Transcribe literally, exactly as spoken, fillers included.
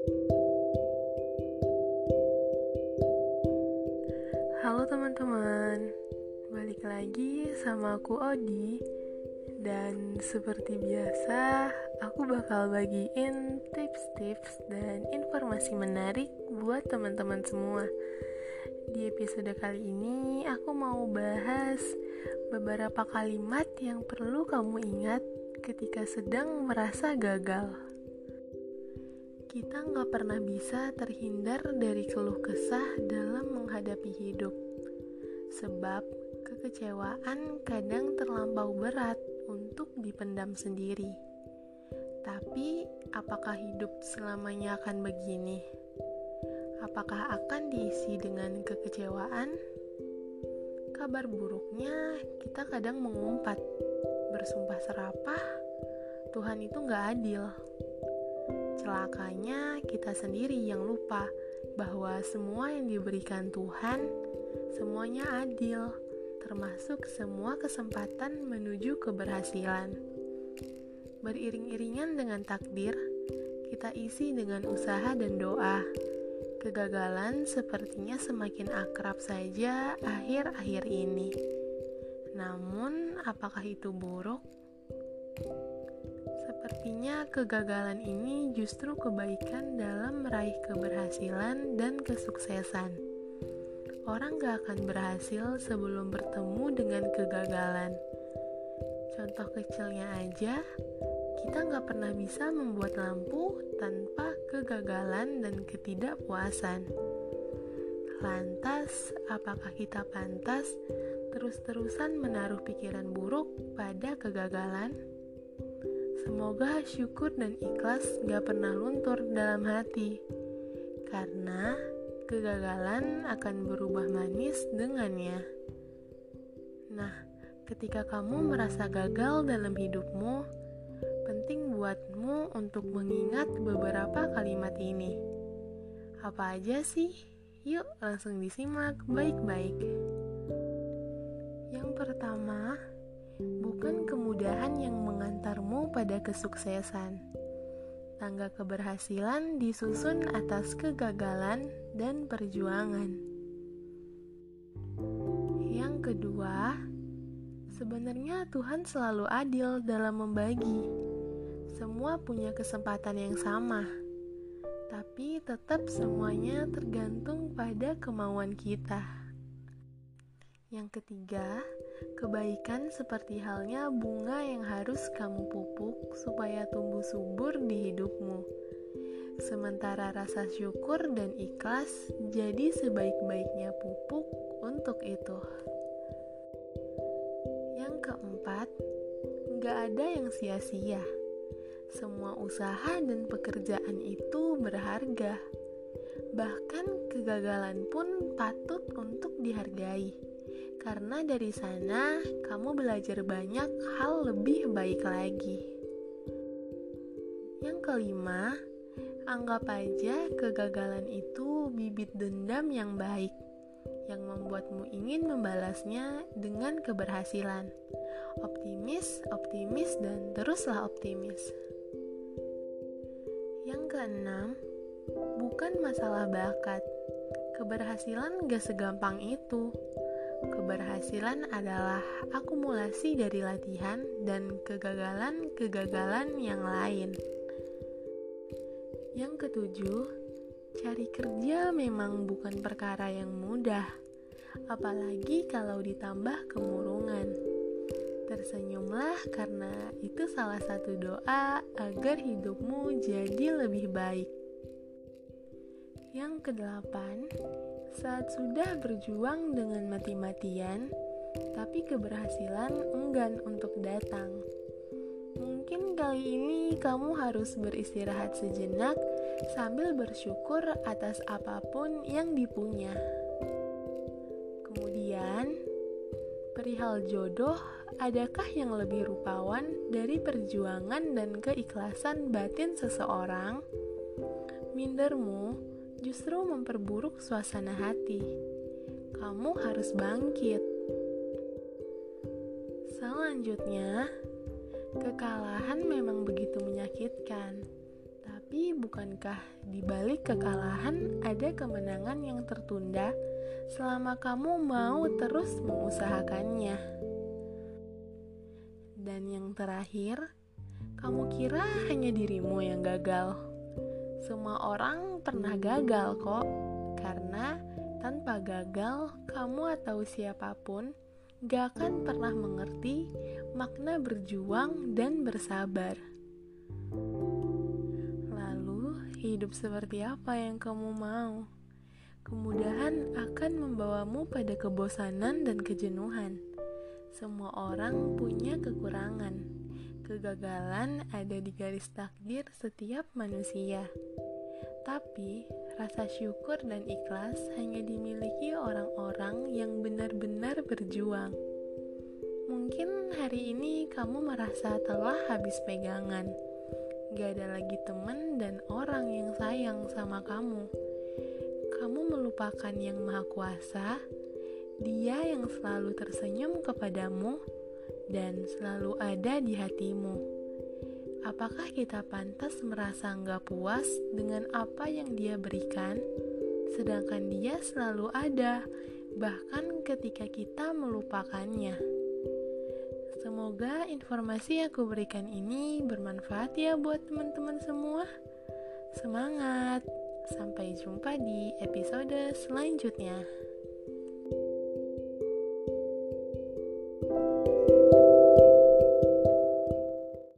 Halo teman-teman, balik lagi sama aku Odi. Dan seperti biasa, aku bakal bagiin tips-tips dan informasi menarik buat teman-teman semua. Di episode kali ini, aku mau bahas beberapa kalimat yang perlu kamu ingat ketika sedang merasa gagal. Kita nggak pernah bisa terhindar dari keluh kesah dalam menghadapi hidup. Sebab kekecewaan kadang terlampau berat untuk dipendam sendiri. Tapi apakah hidup selamanya akan begini? Apakah akan diisi dengan kekecewaan? Kabar buruknya kita kadang mengumpat, bersumpah serapah, Tuhan itu gak adil. Celakanya kita sendiri yang lupa bahwa semua yang diberikan Tuhan semuanya adil, termasuk semua kesempatan menuju keberhasilan. Beriring-iringan dengan takdir, kita isi dengan usaha dan doa. Kegagalan sepertinya semakin akrab saja akhir-akhir ini. Namun, apakah itu buruk? Sepertinya kegagalan ini justru kebaikan dalam meraih keberhasilan dan kesuksesan. Orang gak akan berhasil sebelum bertemu dengan kegagalan. Contoh kecilnya aja, kita gak pernah bisa membuat lampu tanpa kegagalan dan ketidakpuasan. Lantas, apakah kita pantas terus-terusan menaruh pikiran buruk pada kegagalan? Semoga syukur dan ikhlas gak pernah luntur dalam hati, karena kegagalan akan berubah manis dengannya. Nah, ketika kamu merasa gagal dalam hidupmu, penting buatmu untuk mengingat beberapa kalimat ini. Apa aja sih? Yuk langsung disimak baik-baik. Yang pertama, bukan kemudahan yang mengantarmu pada kesuksesan. Tangga keberhasilan disusun atas kegagalan dan perjuangan. Yang kedua, sebenarnya Tuhan selalu adil dalam membagi. Semua punya kesempatan yang sama, tapi tetap semuanya tergantung pada kemauan kita. Yang ketiga, kebaikan seperti halnya bunga yang harus kamu pupuk supaya tumbuh subur di hidupmu. Sementara rasa syukur dan ikhlas jadi sebaik-baiknya pupuk untuk itu. Yang keempat, gak ada yang sia-sia. Semua usaha dan pekerjaan itu berharga. Bahkan kegagalan pun patut untuk dihargai. Karena dari sana kamu belajar banyak hal lebih baik lagi. Yang kelima, anggap aja kegagalan itu bibit dendam yang baik, yang membuatmu ingin membalasnya dengan keberhasilan. Optimis, optimis, dan teruslah optimis. Yang keenam, bukan masalah bakat. Keberhasilan gak segampang itu. Keberhasilan adalah akumulasi dari latihan dan kegagalan-kegagalan yang lain. Yang ketujuh, cari kerja memang bukan perkara yang mudah, apalagi kalau ditambah kemurungan. Tersenyumlah karena itu salah satu doa agar hidupmu jadi lebih baik. Yang kedelapan, saat sudah berjuang dengan mati-matian, tapi keberhasilan enggan untuk datang. Mungkin kali ini kamu harus beristirahat sejenak sambil bersyukur atas apapun yang dipunya. Kemudian, perihal jodoh, adakah yang lebih rupawan dari perjuangan dan keikhlasan batin seseorang? Mindermu justru memperburuk suasana hati. Kamu harus bangkit. Selanjutnya, kekalahan memang begitu menyakitkan, tapi Tapi bukankah di balik kekalahan ada kemenangan yang tertunda selama kamu mau terus mengusahakannya? Dan yang terakhir, kamu kira hanya dirimu yang gagal? Semua orang pernah gagal kok, karena tanpa gagal, kamu atau siapapun gak akan pernah mengerti makna berjuang dan bersabar. Lalu, hidup seperti apa yang kamu mau? Kemudahan akan membawamu pada kebosanan dan kejenuhan. Semua orang punya kekurangan. Kegagalan ada di garis takdir setiap manusia. Tapi, rasa syukur dan ikhlas hanya dimiliki orang-orang yang benar-benar berjuang. Mungkin hari ini kamu merasa telah habis pegangan. Gak ada lagi teman dan orang yang sayang sama kamu. Kamu melupakan yang Maha Kuasa, Dia yang selalu tersenyum kepadamu dan selalu ada di hatimu. Apakah kita pantas merasa nggak puas dengan apa yang Dia berikan, sedangkan Dia selalu ada, bahkan ketika kita melupakannya? Semoga informasi yang aku berikan ini bermanfaat ya buat teman-teman semua. Semangat! Sampai jumpa di episode selanjutnya.